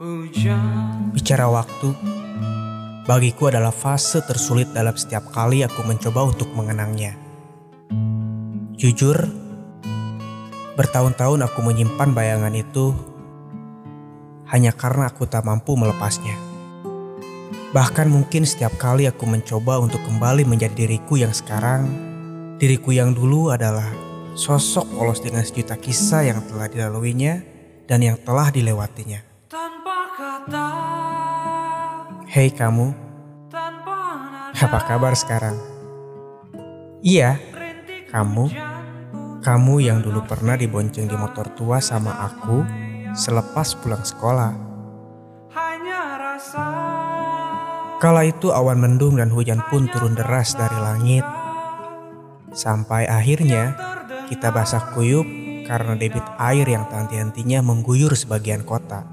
Bicara waktu, bagiku adalah fase tersulit dalam setiap kali aku mencoba untuk mengenangnya. Jujur, bertahun-tahun aku menyimpan bayangan itu hanya karena aku tak mampu melepasnya. Bahkan mungkin setiap kali aku mencoba untuk kembali menjadi diriku yang sekarang, diriku yang dulu adalah sosok polos dengan sejuta kisah yang telah dilaluinya dan yang telah dilewatinya. Hei kamu, apa kabar sekarang? Iya, kamu yang dulu pernah dibonceng di motor tua sama aku selepas pulang sekolah. Kala itu awan mendung dan hujan pun turun deras dari langit. Sampai akhirnya kita basah kuyup karena debit air yang tak henti-hentinya mengguyur sebagian kota.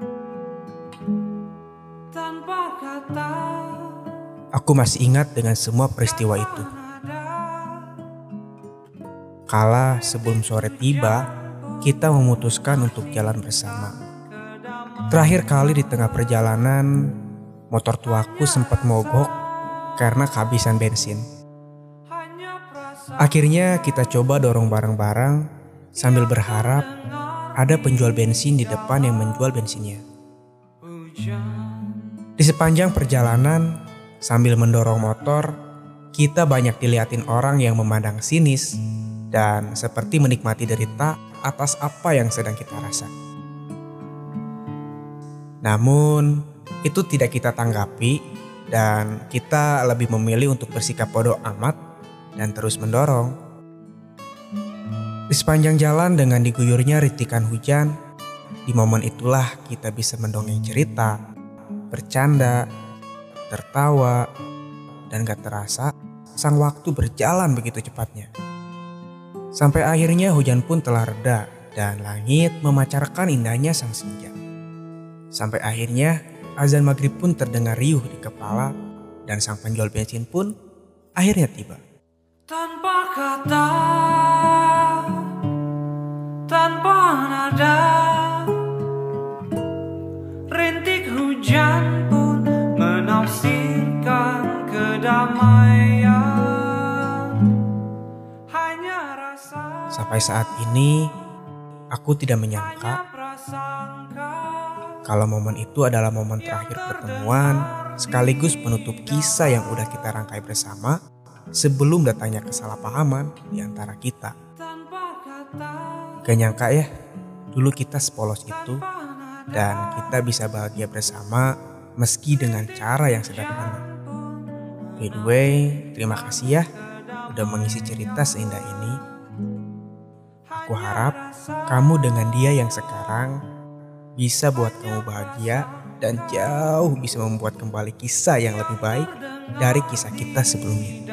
Aku masih ingat dengan semua peristiwa itu. Kala sebelum sore tiba, kita memutuskan untuk jalan bersama. Terakhir kali di tengah perjalanan, motor tuaku sempat mogok karena kehabisan bensin. Akhirnya kita coba dorong bareng-bareng sambil berharap ada penjual bensin di depan yang menjual bensinnya. Di sepanjang perjalanan, sambil mendorong motor, kita banyak dilihatin orang yang memandang sinis dan seperti menikmati derita atas apa yang sedang kita rasa. Namun, itu tidak kita tanggapi dan kita lebih memilih untuk bersikap bodoh amat dan terus mendorong. Di sepanjang jalan dengan diguyurnya ritikan hujan, di momen itulah kita bisa mendongeng cerita, bercanda, tertawa, dan gak terasa sang waktu berjalan begitu cepatnya. Sampai akhirnya hujan pun telah reda dan langit memacarkan indahnya sang senja. Sampai akhirnya azan maghrib pun terdengar riuh di kepala dan sang penjual bensin pun akhirnya tiba. Tanpa kata, tanpa nada, rintik hujan pun menafsirkan kedamaian. Hanya rasa. Sampai saat ini, aku tidak menyangka kalau momen itu adalah momen terakhir pertemuan sekaligus penutup kisah yang udah kita rangkai bersama sebelum datangnya kesalahpahaman di antara kita. Gak nyangka ya, dulu kita sepolos itu dan kita bisa bahagia bersama meski dengan cara yang sederhana. By the way, terima kasih ya udah mengisi cerita seindah ini. Aku harap kamu dengan dia yang sekarang bisa buat kamu bahagia dan jauh bisa membuat kembali kisah yang lebih baik dari kisah kita sebelumnya.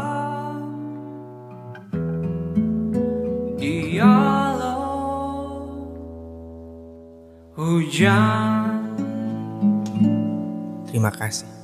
Dialog hujan. Terima kasih.